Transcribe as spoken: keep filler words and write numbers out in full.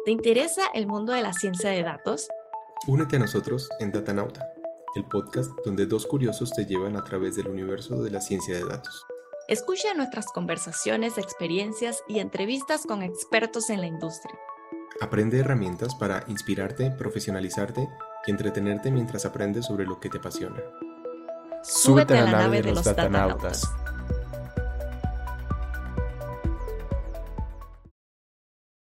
¿Te interesa el mundo de la ciencia de datos? Únete a nosotros en Datanauta, el podcast donde dos curiosos te llevan a través del universo de la ciencia de datos. Escucha nuestras conversaciones, experiencias y entrevistas con expertos en la industria. Aprende herramientas para inspirarte, profesionalizarte y entretenerte mientras aprendes sobre lo que te apasiona. Súbete a la nave de los datanautas.